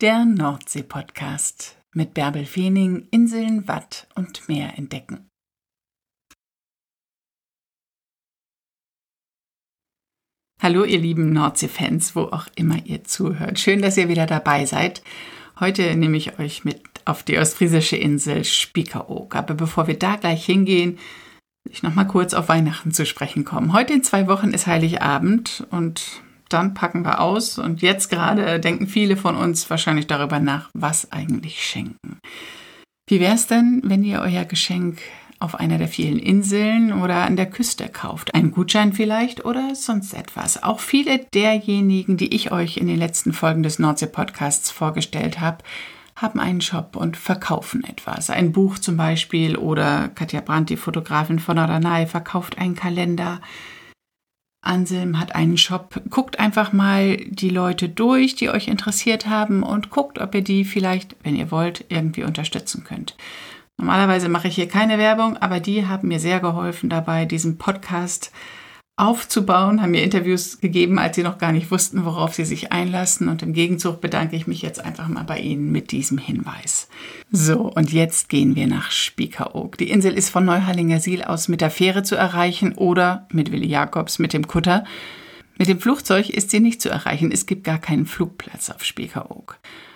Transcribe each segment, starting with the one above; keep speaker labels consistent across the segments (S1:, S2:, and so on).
S1: Der Nordsee-Podcast mit Bärbel Feening, Inseln, Watt und Meer entdecken. Hallo ihr lieben Nordsee-Fans, wo auch immer ihr zuhört. Schön, dass ihr wieder dabei seid. Heute nehme ich euch mit auf die ostfriesische Insel Spiekeroog. Aber bevor wir da gleich hingehen, will ich noch mal kurz auf Weihnachten zu sprechen kommen. Heute in 2 Wochen ist Heiligabend und dann packen wir aus. Und jetzt gerade denken viele von uns wahrscheinlich darüber nach, was eigentlich schenken. Wie wäre es denn, wenn ihr euer Geschenk auf einer der vielen Inseln oder an der Küste kauft? Einen Gutschein vielleicht oder sonst etwas. Auch viele derjenigen, die ich euch in den letzten Folgen des Nordsee-Podcasts vorgestellt habe, haben einen Shop und verkaufen etwas. Ein Buch zum Beispiel oder Katja Brandt, die Fotografin von Norderney, verkauft einen Kalender. Anselm hat einen Shop. Guckt einfach mal die Leute durch, die euch interessiert haben und guckt, ob ihr die vielleicht, wenn ihr wollt, irgendwie unterstützen könnt. Normalerweise mache ich hier keine Werbung, aber die haben mir sehr geholfen dabei, diesen Podcast aufzubauen, haben mir Interviews gegeben, als sie noch gar nicht wussten, worauf sie sich einlassen. Und im Gegenzug bedanke ich mich jetzt einfach mal bei Ihnen mit diesem Hinweis. So, und jetzt gehen wir nach Spiekeroog. Die Insel ist von Neuharlingersiel aus mit der Fähre zu erreichen oder mit Willi Jacobs mit dem Kutter. Mit dem Flugzeug ist sie nicht zu erreichen. Es gibt gar keinen Flugplatz auf Spiekeroog.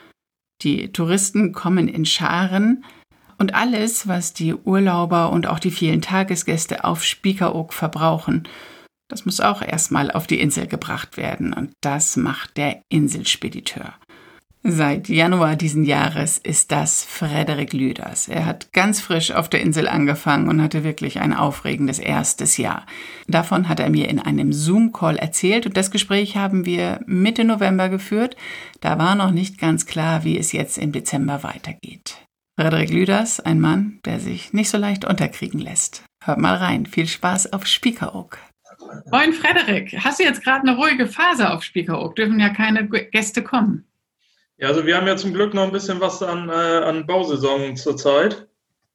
S1: Die Touristen kommen in Scharen. Und alles, was die Urlauber und auch die vielen Tagesgäste auf Spiekeroog verbrauchen, das muss auch erstmal auf die Insel gebracht werden. Und das macht der Inselspediteur. Seit Januar diesen Jahres ist das Frederik Lüders. Er hat ganz frisch auf der Insel angefangen und hatte wirklich ein aufregendes erstes Jahr. Davon hat er mir in einem Zoom-Call erzählt und das Gespräch haben wir Mitte November geführt. Da war noch nicht ganz klar, wie es jetzt im Dezember weitergeht. Frederik Lüders, ein Mann, der sich nicht so leicht unterkriegen lässt. Hört mal rein. Viel Spaß auf Spiekeroog. Moin Frederik, hast du jetzt gerade eine ruhige Phase auf Spiekeroog? Dürfen ja keine Gäste kommen.
S2: Ja, also wir haben ja zum Glück noch ein bisschen was an Bausaison zurzeit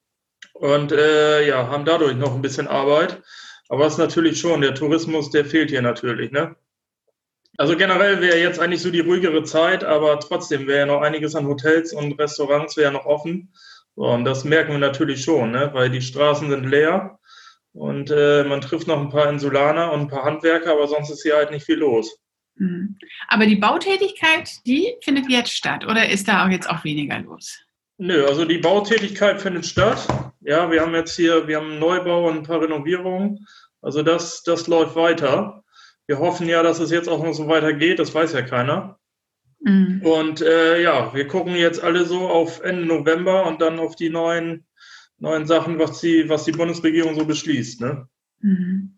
S2: und haben dadurch noch ein bisschen Arbeit. Aber es ist natürlich schon, der Tourismus, der fehlt hier natürlich, ne? Also generell wäre jetzt eigentlich so die ruhigere Zeit, aber trotzdem wäre ja noch einiges an Hotels und Restaurants wäre noch offen. So, und das merken wir natürlich schon, ne? Weil die Straßen sind leer und man trifft noch ein paar Insulaner und ein paar Handwerker, aber sonst ist hier halt nicht viel los.
S1: Aber die Bautätigkeit, die findet jetzt statt oder ist da auch jetzt auch weniger los?
S2: Nö, also die Bautätigkeit findet statt. Ja, wir haben einen Neubau und ein paar Renovierungen. Also das läuft weiter. Wir hoffen ja, dass es jetzt auch noch so weitergeht, das weiß ja keiner. Mhm. Und wir gucken jetzt alle so auf Ende November und dann auf die neuen Sachen, was die Bundesregierung so beschließt. Ne?
S1: Mhm.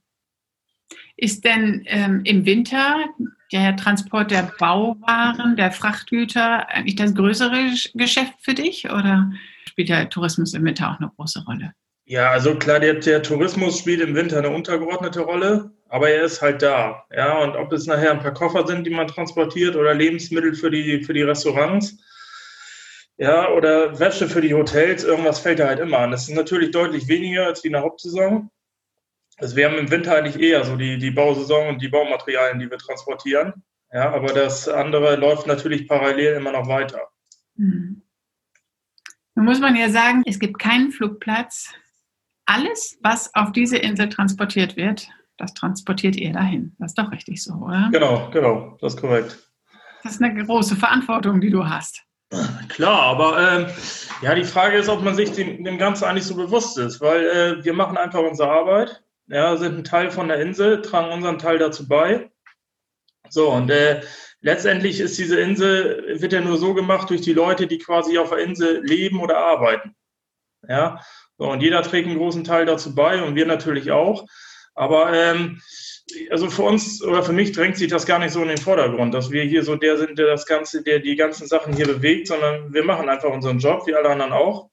S1: Ist denn im Winter der Transport der Bauwaren, der Frachtgüter eigentlich das größere Geschäft für dich oder spielt der Tourismus im Winter auch eine große Rolle?
S2: Ja, also klar, der Tourismus spielt im Winter eine untergeordnete Rolle, aber er ist halt da. Ja, und ob es nachher ein paar Koffer sind, die man transportiert oder Lebensmittel für die Restaurants, ja, oder Wäsche für die Hotels, irgendwas fällt da halt immer an. Das ist natürlich deutlich weniger als wie in der Hauptsaison. Also wir haben im Winter eigentlich eher so die Bausaison und die Baumaterialien, die wir transportieren. Ja, aber das andere läuft natürlich parallel immer noch weiter.
S1: Nun muss man ja sagen, es gibt keinen Flugplatz. Alles, was auf diese Insel transportiert wird, das transportiert ihr dahin. Das ist doch richtig so, oder?
S2: Genau, das ist korrekt.
S1: Das ist eine große Verantwortung, die du hast.
S2: Klar, aber die Frage ist, ob man sich dem Ganzen eigentlich so bewusst ist, weil wir machen einfach unsere Arbeit, ja, sind ein Teil von der Insel, tragen unseren Teil dazu bei. So, und letztendlich ist diese Insel, wird ja nur so gemacht durch die Leute, die quasi auf der Insel leben oder arbeiten. Ja, so, und jeder trägt einen großen Teil dazu bei und wir natürlich auch. Aber also für uns oder für mich drängt sich das gar nicht so in den Vordergrund, dass wir hier so der sind, der die ganzen Sachen hier bewegt, sondern wir machen einfach unseren Job, wie alle anderen auch.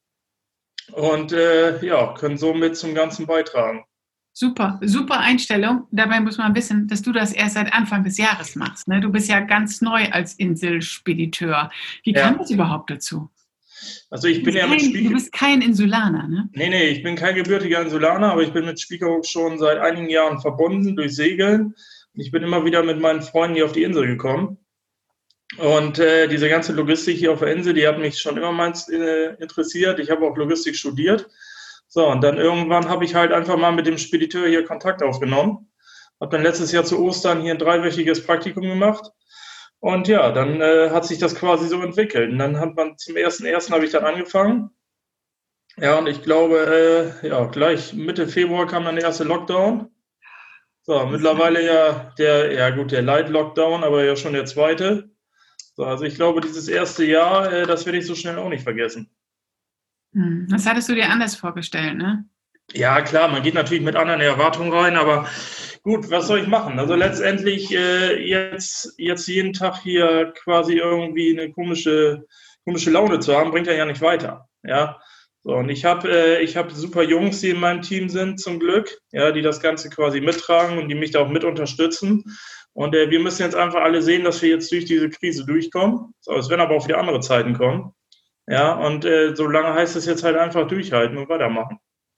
S2: Und können somit zum Ganzen beitragen.
S1: Super Einstellung. Dabei muss man wissen, dass du das erst seit Anfang des Jahres machst. Ne? Du bist ja ganz neu als Inselspediteur. Wie kam das überhaupt dazu?
S2: Also ich bin ja mit
S1: Spiekeroog... Du bist kein Insulaner, ne?
S2: Nee, ich bin kein gebürtiger Insulaner, aber ich bin mit Spiekeroog schon seit einigen Jahren verbunden durch Segeln. Und ich bin immer wieder mit meinen Freunden hier auf die Insel gekommen. Und diese ganze Logistik hier auf der Insel, die hat mich schon immer mal interessiert. Ich habe auch Logistik studiert. So, und dann irgendwann habe ich halt einfach mal mit dem Spediteur hier Kontakt aufgenommen. Habe dann letztes Jahr zu Ostern hier ein 3-wöchiges Praktikum gemacht. Und ja, dann hat sich das quasi so entwickelt. Und dann hat man zum 1.1. habe ich dann angefangen. Ja, und ich glaube, ja, gleich Mitte Februar kam dann der erste Lockdown. So, mittlerweile der Light-Lockdown, aber ja schon der zweite. So, also ich glaube, dieses erste Jahr, das werde ich so schnell auch nicht vergessen.
S1: Das hattest du dir anders vorgestellt, ne?
S2: Ja, klar, man geht natürlich mit anderen Erwartungen rein, aber gut, was soll ich machen? Also letztendlich jetzt jeden Tag hier quasi irgendwie eine komische Laune zu haben, bringt ja nicht weiter. Ja, so, und ich hab super Jungs, die in meinem Team sind, zum Glück, ja, die das Ganze quasi mittragen und die mich da auch mit unterstützen. Und wir müssen jetzt einfach alle sehen, dass wir jetzt durch diese Krise durchkommen. So, es werden aber auch wieder andere Zeiten kommen. Ja, und solange heißt es jetzt halt einfach durchhalten und weitermachen.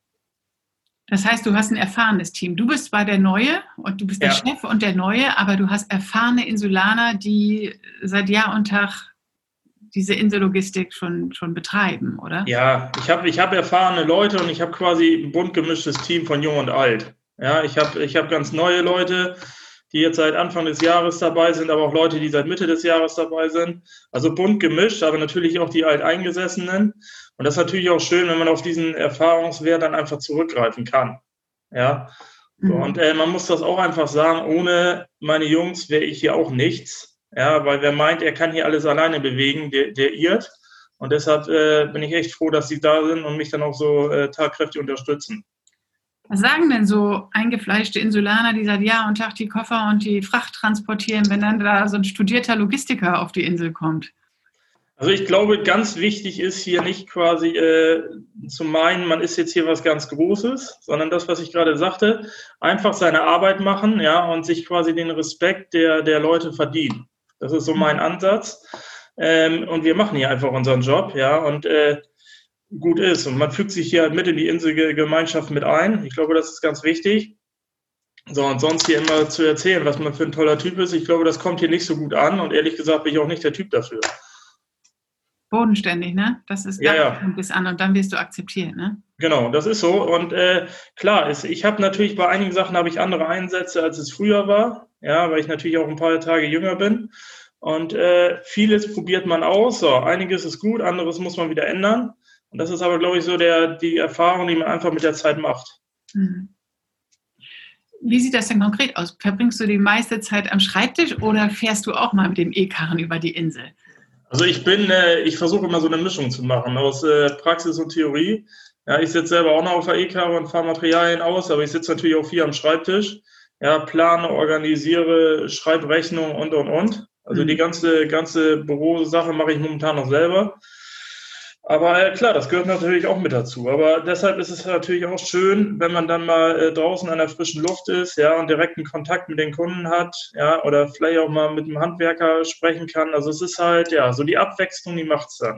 S1: Das heißt, du hast ein erfahrenes Team. Du bist zwar der Neue und du bist der Chef und der Neue, aber du hast erfahrene Insulaner, die seit Jahr und Tag diese Insellogistik schon betreiben, oder?
S2: Ja, ich hab erfahrene Leute und ich habe quasi ein bunt gemischtes Team von Jung und Alt. Ja, ich hab ganz neue Leute, die jetzt seit Anfang des Jahres dabei sind, aber auch Leute, die seit Mitte des Jahres dabei sind. Also bunt gemischt, aber natürlich auch die Alteingesessenen. Und das ist natürlich auch schön, wenn man auf diesen Erfahrungswert dann einfach zurückgreifen kann. Ja. So, und man muss das auch einfach sagen, ohne meine Jungs wäre ich hier auch nichts. Ja, weil wer meint, er kann hier alles alleine bewegen, der irrt. Und deshalb bin ich echt froh, dass sie da sind und mich dann auch so tatkräftig unterstützen.
S1: Was sagen denn so eingefleischte Insulaner, die seit Jahr und Tag die Koffer und die Fracht transportieren, wenn dann da so ein studierter Logistiker auf die Insel kommt?
S2: Also ich glaube, ganz wichtig ist hier nicht quasi zu meinen, man ist jetzt hier was ganz Großes, sondern das, was ich gerade sagte, einfach seine Arbeit machen, ja, und sich quasi den Respekt der Leute verdienen. Das ist so mein Ansatz. Und wir machen hier einfach unseren Job, ja, und gut ist. Und man fügt sich hier halt mit in die Inselgemeinschaft mit ein. Ich glaube, das ist ganz wichtig. So, und sonst hier immer zu erzählen, was man für ein toller Typ ist, ich glaube, das kommt hier nicht so gut an. Und ehrlich gesagt bin ich auch nicht der Typ dafür.
S1: Bodenständig, ne? Das ist bis an und dann wirst du akzeptiert, ne?
S2: Genau, das ist so. Und klar, ich habe natürlich bei einigen Sachen habe ich andere Einsätze, als es früher war. Ja, weil ich natürlich auch ein paar Tage jünger bin. Und vieles probiert man aus. So, einiges ist gut, anderes muss man wieder ändern. Und das ist aber, glaube ich, so die Erfahrung, die man einfach mit der Zeit macht.
S1: Wie sieht das denn konkret aus? Verbringst du die meiste Zeit am Schreibtisch oder fährst du auch mal mit dem E-Karren über die Insel?
S2: Also ich versuche immer so eine Mischung zu machen aus Praxis und Theorie. Ja, ich sitze selber auch noch auf der E-Karre und fahre Materialien aus, aber ich sitze natürlich auch viel am Schreibtisch. Ja, plane, organisiere, schreibe Rechnung und. Also die ganze Bürosache mache ich momentan noch selber. Aber klar, das gehört natürlich auch mit dazu. Aber deshalb ist es natürlich auch schön, wenn man dann mal draußen an der frischen Luft ist, ja, und direkten Kontakt mit den Kunden hat, ja, oder vielleicht auch mal mit dem Handwerker sprechen kann. Also es ist halt, ja, so die Abwechslung, die macht's dann.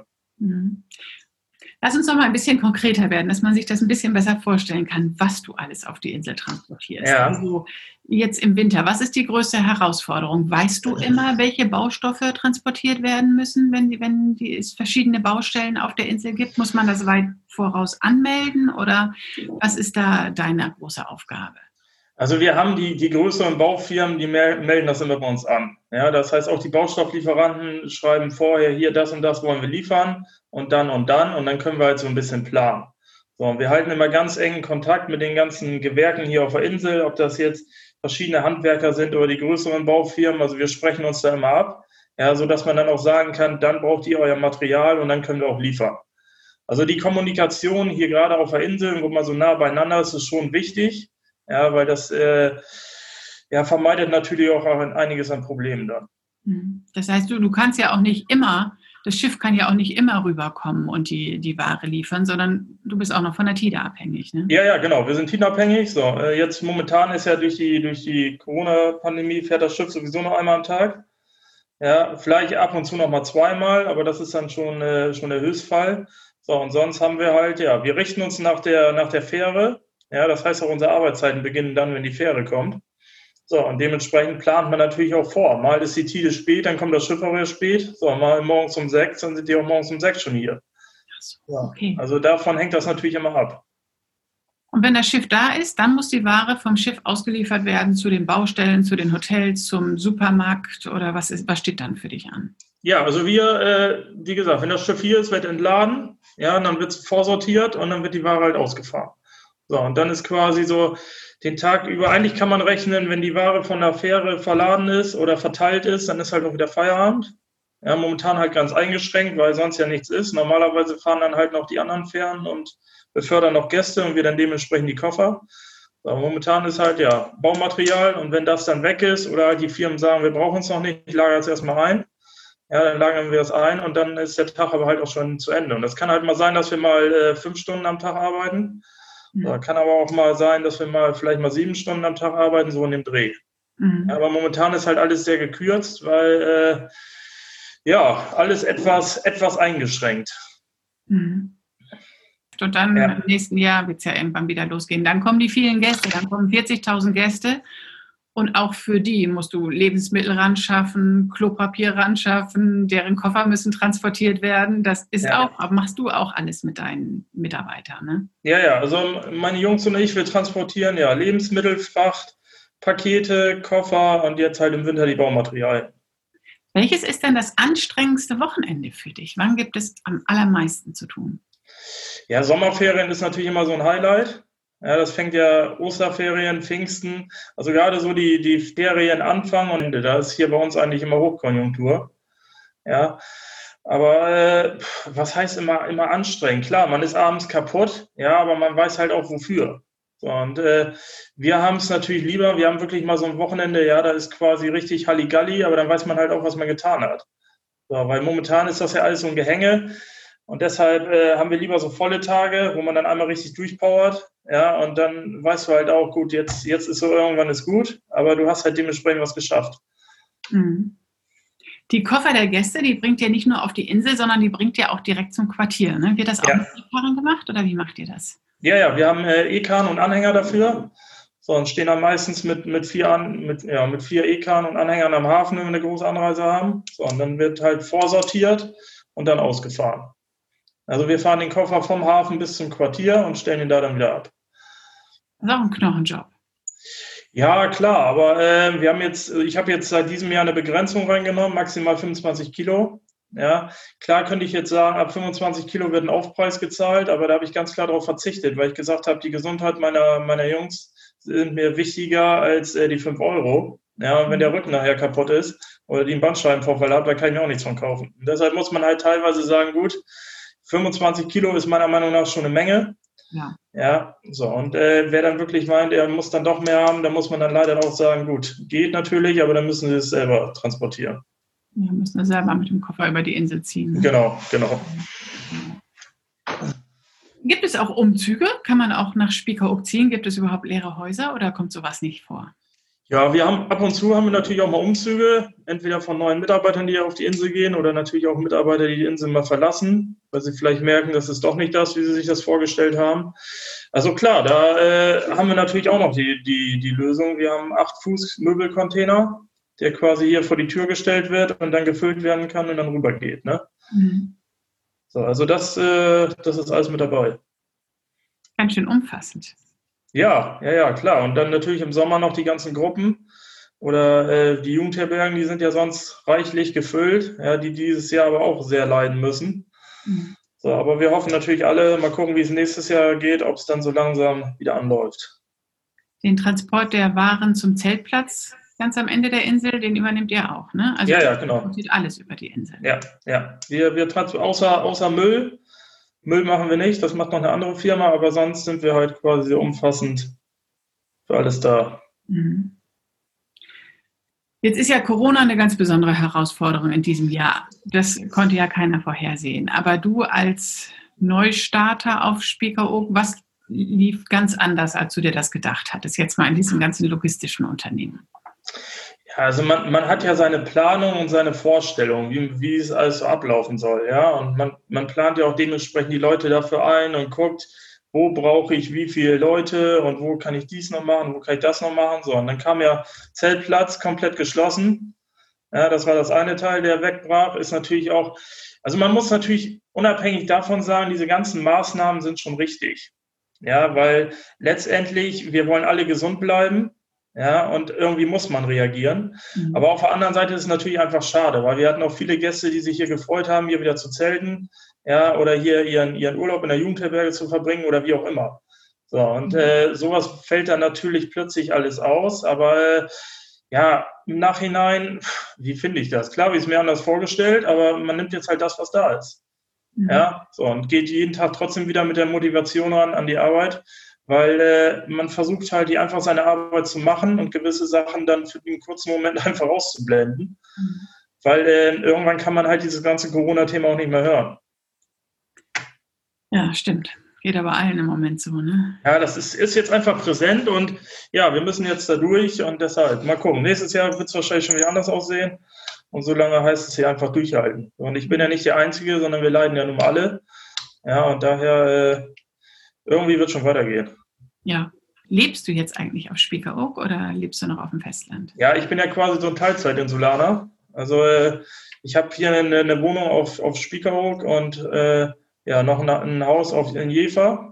S1: Lass uns noch mal ein bisschen konkreter werden, dass man sich das ein bisschen besser vorstellen kann, was du alles auf die Insel transportierst.
S2: Ja.
S1: Also jetzt im Winter, was ist die größte Herausforderung? Weißt du immer, welche Baustoffe transportiert werden müssen, wenn es verschiedene Baustellen auf der Insel gibt? Muss man das weit voraus anmelden oder was ist da deine große Aufgabe?
S2: Also wir haben die größeren Baufirmen, die melden das immer bei uns an. Ja, das heißt, auch die Baustofflieferanten schreiben vorher, hier das und das wollen wir liefern und dann und dann können wir halt so ein bisschen planen. So, und wir halten immer ganz engen Kontakt mit den ganzen Gewerken hier auf der Insel, ob das jetzt verschiedene Handwerker sind oder die größeren Baufirmen. Also wir sprechen uns da immer ab, ja, so dass man dann auch sagen kann, dann braucht ihr euer Material und dann können wir auch liefern. Also die Kommunikation hier gerade auf der Insel, wo man so nah beieinander ist, ist schon wichtig. Ja, weil das vermeidet natürlich auch einiges an Problemen dann.
S1: Das heißt, du kannst ja auch nicht immer, das Schiff kann ja auch nicht immer rüberkommen und die Ware liefern, sondern du bist auch noch von der TIDA abhängig, ne?
S2: Ja, genau. Wir sind TIDA-abhängig. So, jetzt momentan ist ja durch die Corona-Pandemie fährt das Schiff sowieso noch einmal am Tag. Ja, vielleicht ab und zu noch mal zweimal, aber das ist dann schon der Höchstfall. So, und sonst haben wir halt, ja, wir richten uns nach der Fähre. Ja, das heißt auch, unsere Arbeitszeiten beginnen dann, wenn die Fähre kommt. So, und dementsprechend plant man natürlich auch vor. Mal ist die Tide spät, dann kommt das Schiff aber spät. So, mal morgens um 6, dann sind die auch morgens um 6 schon hier.
S1: Okay.
S2: Also davon hängt das natürlich immer ab.
S1: Und wenn das Schiff da ist, dann muss die Ware vom Schiff ausgeliefert werden zu den Baustellen, zu den Hotels, zum Supermarkt oder was steht dann für dich an?
S2: Ja, also wir, wie gesagt, wenn das Schiff hier ist, wird entladen, ja, und dann wird es vorsortiert und dann wird die Ware halt ausgefahren. So, und dann ist quasi so den Tag über, eigentlich kann man rechnen, wenn die Ware von der Fähre verladen ist oder verteilt ist, dann ist halt auch wieder Feierabend. Ja, momentan halt ganz eingeschränkt, weil sonst ja nichts ist. Normalerweise fahren dann halt noch die anderen Fähren und befördern noch Gäste und wir dann dementsprechend die Koffer. So, momentan ist halt ja Baumaterial und wenn das dann weg ist oder halt die Firmen sagen, wir brauchen es noch nicht, ich lagere es erstmal ein, ja, dann lagern wir es ein und dann ist der Tag aber halt auch schon zu Ende. Und das kann halt mal sein, dass wir mal 5 Stunden am Tag arbeiten. Mhm. Kann aber auch mal sein, dass wir vielleicht mal 7 Stunden am Tag arbeiten, so in dem Dreh. Mhm. Ja, aber momentan ist halt alles sehr gekürzt, weil alles etwas eingeschränkt.
S1: Mhm. Und dann im nächsten Jahr wird es ja irgendwann wieder losgehen. Dann kommen die vielen Gäste, dann kommen 40.000 Gäste. Und auch für die musst du Lebensmittel ranschaffen, Klopapier ranschaffen, deren Koffer müssen transportiert werden. Das ist machst du auch alles mit deinen Mitarbeitern, ne?
S2: Ja, also meine Jungs und ich, wir transportieren Lebensmittel, Fracht, Pakete, Koffer und jetzt halt im Winter die Baumaterialien.
S1: Welches ist denn das anstrengendste Wochenende für dich? Wann gibt es am allermeisten zu tun?
S2: Ja, Sommerferien ist natürlich immer so ein Highlight. Ja, das fängt ja Osterferien, Pfingsten, also gerade so die Ferien Anfang und Ende. Da ist hier bei uns eigentlich immer Hochkonjunktur. Ja, aber was heißt immer anstrengend? Klar, man ist abends kaputt, ja, aber man weiß halt auch wofür. So, und wir haben es natürlich lieber, wir haben wirklich mal so ein Wochenende, ja, da ist quasi richtig Halligalli, aber dann weiß man halt auch, was man getan hat. So, weil momentan ist das ja alles so ein Gehänge. Und deshalb haben wir lieber so volle Tage, wo man dann einmal richtig durchpowert. Ja, und dann weißt du halt auch, gut, jetzt ist so, irgendwann ist gut, aber du hast halt dementsprechend was geschafft.
S1: Mhm. Die Koffer der Gäste, die bringt ihr nicht nur auf die Insel, sondern die bringt ihr auch direkt zum Quartier, ne? Wird das auch mit E-Karren gemacht oder wie macht ihr das?
S2: Ja, wir haben E-Karren und Anhänger dafür. So, und stehen dann meistens mit 4 E-Karren und Anhängern am Hafen, wenn wir eine große Anreise haben. So, und dann wird halt vorsortiert und dann ausgefahren. Also wir fahren den Koffer vom Hafen bis zum Quartier und stellen ihn da dann wieder ab.
S1: Das ist auch ein Knochenjob.
S2: Ja, klar, aber ich habe jetzt seit diesem Jahr eine Begrenzung reingenommen, maximal 25 Kilo. Ja, klar könnte ich jetzt sagen, ab 25 Kilo wird ein Aufpreis gezahlt, aber da habe ich ganz klar darauf verzichtet, weil ich gesagt habe, die Gesundheit meiner Jungs sind mir wichtiger als die 5 Euro. Ja, und wenn der Rücken nachher kaputt ist oder die einen Bandscheibenvorfall hat, da kann ich mir auch nichts von kaufen. Und deshalb muss man halt teilweise sagen, gut, 25 Kilo ist meiner Meinung nach schon eine Menge. Ja, so. Und wer dann wirklich meint, er muss dann doch mehr haben, dann muss man dann leider auch sagen, gut, geht natürlich, aber dann müssen sie es selber transportieren.
S1: Ja, müssen wir selber mit dem Koffer über die Insel ziehen. Ne?
S2: Genau.
S1: Gibt es auch Umzüge? Kann man auch nach Spiekeroog ziehen? Gibt es überhaupt leere Häuser oder kommt sowas nicht vor?
S2: Ja, ab und zu haben wir natürlich auch mal Umzüge, entweder von neuen Mitarbeitern, die auf die Insel gehen, oder natürlich auch Mitarbeiter, die Insel mal verlassen, weil sie vielleicht merken, das ist doch nicht das, wie sie sich das vorgestellt haben. Also klar, da haben wir natürlich auch noch die Lösung. Wir haben 8 Fuß Möbelcontainer, der quasi hier vor die Tür gestellt wird und dann gefüllt werden kann und dann rübergeht. Ne? Mhm. So, also das ist alles mit dabei.
S1: Ganz schön umfassend.
S2: Ja, klar. Und dann natürlich im Sommer noch die ganzen Gruppen oder die Jugendherbergen, die sind ja sonst reichlich gefüllt, ja, die dieses Jahr aber auch sehr leiden müssen. Mhm. So, aber wir hoffen natürlich alle, mal gucken, wie es nächstes Jahr geht, ob es dann so langsam wieder anläuft.
S1: Den Transport der Waren zum Zeltplatz ganz am Ende der Insel, den übernimmt ihr auch, ne? Also
S2: ja, genau.
S1: Transportiert alles über die Insel.
S2: Ja. Wir transportieren außer Müll. Müll machen wir nicht, das macht noch eine andere Firma, aber sonst sind wir halt quasi sehr umfassend für alles da.
S1: Mhm. Jetzt ist ja Corona eine ganz besondere Herausforderung in diesem Jahr. Das konnte ja keiner vorhersehen. Aber du als Neustarter auf Spiekeroog, was lief ganz anders, als du dir das gedacht hattest, jetzt mal in diesem ganzen logistischen Unternehmen?
S2: Ja, also man hat ja seine Planung und seine Vorstellung, wie es alles so ablaufen soll, ja. Und man plant ja auch dementsprechend die Leute dafür ein und guckt, wo brauche ich wie viele Leute und wo kann ich dies noch machen, wo kann ich das noch machen. So, und dann kam ja Zeltplatz komplett geschlossen. Ja, das war das eine Teil, der wegbrach, ist natürlich auch, also man muss natürlich unabhängig davon sagen, diese ganzen Maßnahmen sind schon richtig. Ja, weil letztendlich, wir wollen alle gesund bleiben. Ja, und irgendwie muss man reagieren. Aber auf der anderen Seite ist es natürlich einfach schade, weil wir hatten auch viele Gäste, die sich hier gefreut haben, hier wieder zu zelten, ja, oder hier ihren Urlaub in der Jugendherberge zu verbringen oder wie auch immer. So, und sowas fällt dann natürlich plötzlich alles aus, aber ja, im Nachhinein, wie finde ich das? Klar, wie ich es mir anders vorgestellt, aber man nimmt jetzt halt das, was da ist. Ja, so, und geht jeden Tag trotzdem wieder mit der Motivation ran an die Arbeit, weil man versucht halt, die einfach seine Arbeit zu machen und gewisse Sachen dann für den kurzen Moment einfach auszublenden, weil irgendwann kann man halt dieses ganze Corona-Thema auch nicht mehr hören.
S1: Ja, stimmt. Geht aber allen im Moment so, ne?
S2: Ja, das ist jetzt einfach präsent und ja, wir müssen jetzt da durch und deshalb mal gucken. Nächstes Jahr wird es wahrscheinlich schon wieder anders aussehen und so lange heißt es hier einfach durchhalten. Und ich bin ja nicht der Einzige, sondern wir leiden ja nun alle. Ja, und daher irgendwie wird es schon weitergehen.
S1: Ja. Lebst du jetzt eigentlich auf Spiekeroog oder lebst du noch auf dem Festland?
S2: Ja, ich bin ja quasi so ein Teilzeitinsulaner. Also ich habe hier eine Wohnung auf Spiekeroog und ja, noch ein Haus in Jever.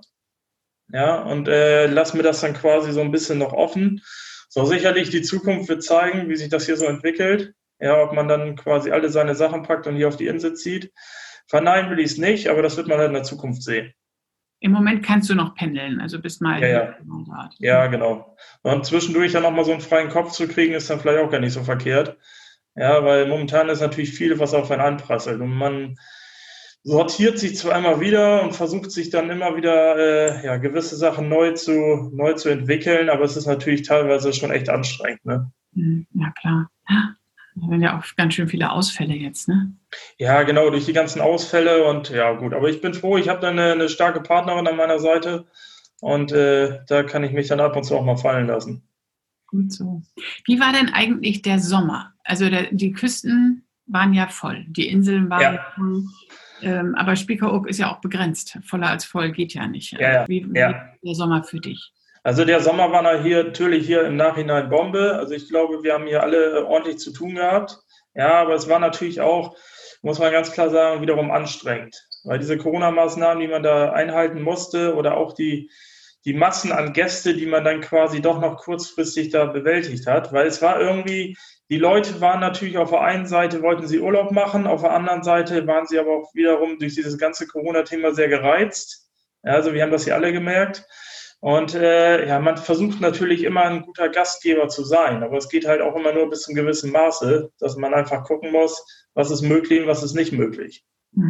S2: Ja, und lass mir das dann quasi so ein bisschen noch offen. So, sicherlich die Zukunft wird zeigen, wie sich das hier so entwickelt. Ja, ob man dann quasi alle seine Sachen packt und hier auf die Insel zieht. Verneinen will ich es nicht, aber das wird man halt in der Zukunft sehen.
S1: Im Moment kannst du noch pendeln, also bis mal.
S2: Ja, genau. Und zwischendurch dann auch mal so einen freien Kopf zu kriegen, ist dann vielleicht auch gar nicht so verkehrt. Ja, weil momentan ist natürlich viel, was auf einen einprasselt. Und man sortiert sich zwar immer wieder und versucht sich dann immer wieder gewisse Sachen neu zu entwickeln, aber es ist natürlich teilweise schon echt anstrengend. Ne?
S1: Ja, klar. Da sind ja auch ganz schön viele Ausfälle jetzt, ne?
S2: Ja, genau, durch die ganzen Ausfälle und ja gut, aber ich bin froh, ich habe dann eine starke Partnerin an meiner Seite und da kann ich mich dann ab und zu auch mal fallen lassen.
S1: Gut so. Wie war denn eigentlich der Sommer? Also die Küsten waren ja voll, die Inseln waren voll, aber Spiekeroog ist ja auch begrenzt. Voller als voll geht ja nicht. Wie war der Sommer für dich?
S2: Also der Sommer war natürlich hier im Nachhinein Bombe. Also ich glaube, wir haben hier alle ordentlich zu tun gehabt. Ja, aber es war natürlich auch, muss man ganz klar sagen, wiederum anstrengend. Weil diese Corona-Maßnahmen, die man da einhalten musste oder auch die Massen an Gäste, die man dann quasi doch noch kurzfristig da bewältigt hat. Weil es war irgendwie, die Leute waren natürlich auf der einen Seite, wollten sie Urlaub machen, auf der anderen Seite waren sie aber auch wiederum durch dieses ganze Corona-Thema sehr gereizt. Ja, also wir haben das hier alle gemerkt. Und man versucht natürlich immer ein guter Gastgeber zu sein, aber es geht halt auch immer nur bis zu einem gewissen Maße, dass man einfach gucken muss, was ist möglich und was ist nicht möglich.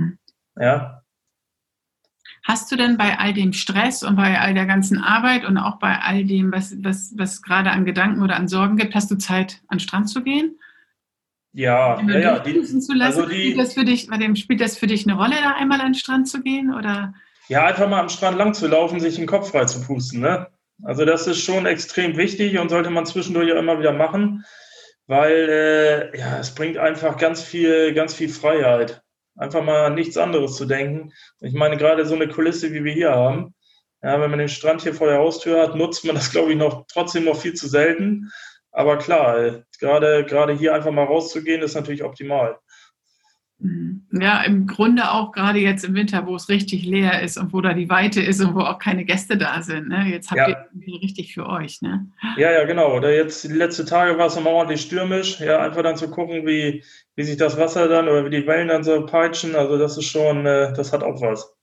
S2: Ja.
S1: Hast du denn bei all dem Stress und bei all der ganzen Arbeit und auch bei all dem, was gerade an Gedanken oder an Sorgen gibt, hast du Zeit, an den Strand zu gehen?
S2: Ja.
S1: Spielt das für dich eine Rolle, da einmal an den Strand zu gehen? Oder?
S2: Ja, einfach mal am Strand lang zu laufen, sich den Kopf frei zu pusten. Ne? Also das ist schon extrem wichtig und sollte man zwischendurch auch immer wieder machen, weil es bringt einfach ganz viel Freiheit. Einfach mal an nichts anderes zu denken. Ich meine, gerade so eine Kulisse, wie wir hier haben, ja, wenn man den Strand hier vor der Haustür hat, nutzt man das, glaube ich, trotzdem noch viel zu selten. Aber klar, gerade hier einfach mal rauszugehen, ist natürlich optimal.
S1: Ja, im Grunde auch gerade jetzt im Winter, wo es richtig leer ist und wo da die Weite ist und wo auch keine Gäste da sind. Ne? Jetzt habt ihr richtig für euch. Ne?
S2: Ja, genau. Jetzt die letzten Tage war es nochmal ordentlich stürmisch. Ja, einfach dann zu gucken, wie sich das Wasser dann oder wie die Wellen dann so peitschen. Also das ist schon, das hat auch was.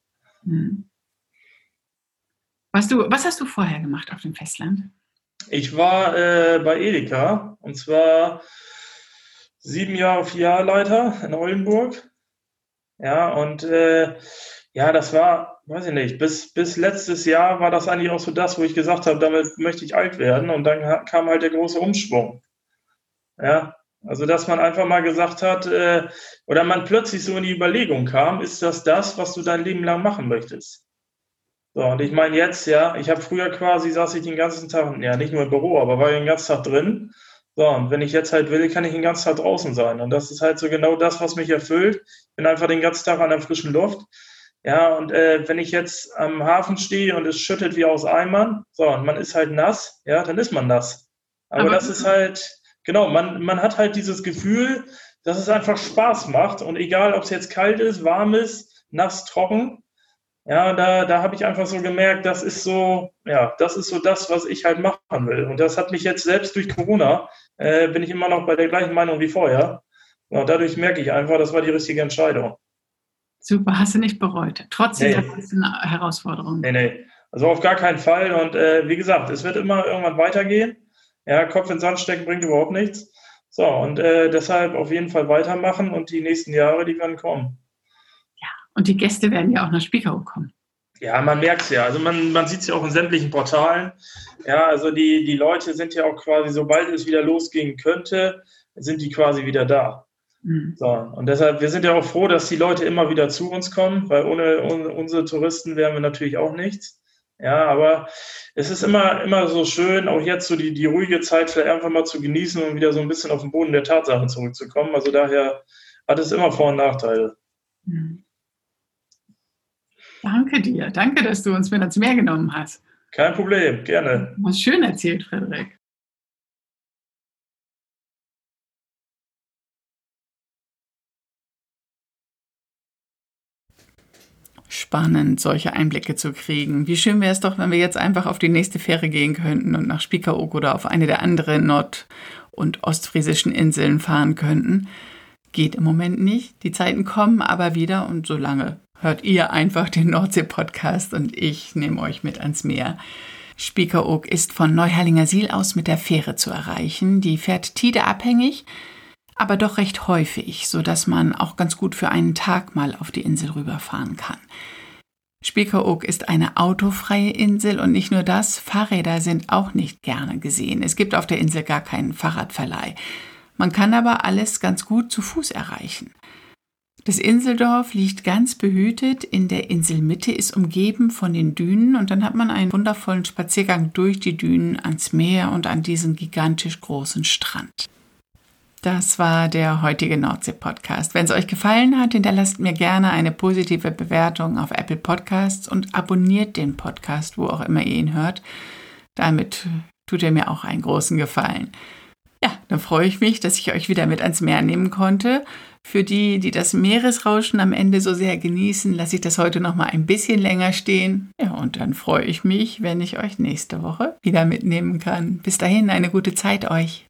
S1: Was hast du vorher gemacht auf dem Festland?
S2: Ich war bei Edeka und zwar 7 Jahre Filialleiter in Oldenburg. Ja, und das war, weiß ich nicht, bis letztes Jahr war das eigentlich auch so das, wo ich gesagt habe, damit möchte ich alt werden. Und dann kam halt der große Umschwung. Ja, also dass man einfach mal gesagt hat, oder man plötzlich so in die Überlegung kam, ist das, was du dein Leben lang machen möchtest? So, und ich meine jetzt, ich habe früher quasi, saß ich den ganzen Tag, nicht nur im Büro, aber war den ganzen Tag drin. So, und wenn ich jetzt halt will, kann ich den ganzen Tag draußen sein. Und das ist halt so genau das, was mich erfüllt. Ich bin einfach den ganzen Tag an der frischen Luft. Ja, und wenn ich jetzt am Hafen stehe und es schüttet wie aus Eimern, so, und man ist halt nass, ja, dann ist man nass. Aber das ist halt, genau, man hat halt dieses Gefühl, dass es einfach Spaß macht. Und egal, ob es jetzt kalt ist, warm ist, nass, trocken, ja, da habe ich einfach so gemerkt, das ist so, ja, das ist so das, was ich halt machen will. Und das hat mich jetzt selbst durch Corona, bin ich immer noch bei der gleichen Meinung wie vorher. Ja, und dadurch merke ich einfach, das war die richtige Entscheidung.
S1: Super, hast du nicht bereut, trotz dieser
S2: Nee,
S1: ganzen Herausforderungen.
S2: nee. Also auf gar keinen Fall. Und wie gesagt, es wird immer irgendwann weitergehen. Ja, Kopf in den Sand stecken bringt überhaupt nichts. So, und deshalb auf jeden Fall weitermachen und die nächsten Jahre, die werden kommen.
S1: Und die Gäste werden ja auch nach Spiekeroog kommen.
S2: Ja, man merkt es ja. Also man sieht es ja auch in sämtlichen Portalen. Ja, also die Leute sind ja auch quasi, sobald es wieder losgehen könnte, sind die quasi wieder da.
S1: Mhm.
S2: So, und deshalb, wir sind ja auch froh, dass die Leute immer wieder zu uns kommen, weil ohne unsere Touristen wären wir natürlich auch nichts. Ja, aber es ist immer so schön, auch jetzt so die ruhige Zeit vielleicht einfach mal zu genießen und wieder so ein bisschen auf den Boden der Tatsachen zurückzukommen. Also daher hat es immer Vor- und Nachteile.
S1: Mhm. Danke dir. Danke, dass du uns mit ans Meer genommen hast.
S2: Kein Problem, gerne.
S1: Du hast schön erzählt, Frederik. Spannend, solche Einblicke zu kriegen. Wie schön wäre es doch, wenn wir jetzt einfach auf die nächste Fähre gehen könnten und nach Spiekeroog oder auf eine der anderen nord- und ostfriesischen Inseln fahren könnten. Geht im Moment nicht. Die Zeiten kommen aber wieder und solange hört ihr einfach den Nordsee-Podcast und ich nehme euch mit ans Meer. Spiekeroog ist von Neuherlingersiel aus mit der Fähre zu erreichen. Die fährt tideabhängig, aber doch recht häufig, sodass man auch ganz gut für einen Tag mal auf die Insel rüberfahren kann. Spiekeroog ist eine autofreie Insel und nicht nur das, Fahrräder sind auch nicht gerne gesehen. Es gibt auf der Insel gar keinen Fahrradverleih. Man kann aber alles ganz gut zu Fuß erreichen. Das Inseldorf liegt ganz behütet in der Inselmitte, ist umgeben von den Dünen und dann hat man einen wundervollen Spaziergang durch die Dünen ans Meer und an diesen gigantisch großen Strand. Das war der heutige Nordsee-Podcast. Wenn es euch gefallen hat, hinterlasst mir gerne eine positive Bewertung auf Apple Podcasts und abonniert den Podcast, wo auch immer ihr ihn hört. Damit tut ihr mir auch einen großen Gefallen. Ja, dann freue ich mich, dass ich euch wieder mit ans Meer nehmen konnte. Für die, die das Meeresrauschen am Ende so sehr genießen, lasse ich das heute noch mal ein bisschen länger stehen. Ja, und dann freue ich mich, wenn ich euch nächste Woche wieder mitnehmen kann. Bis dahin, eine gute Zeit euch.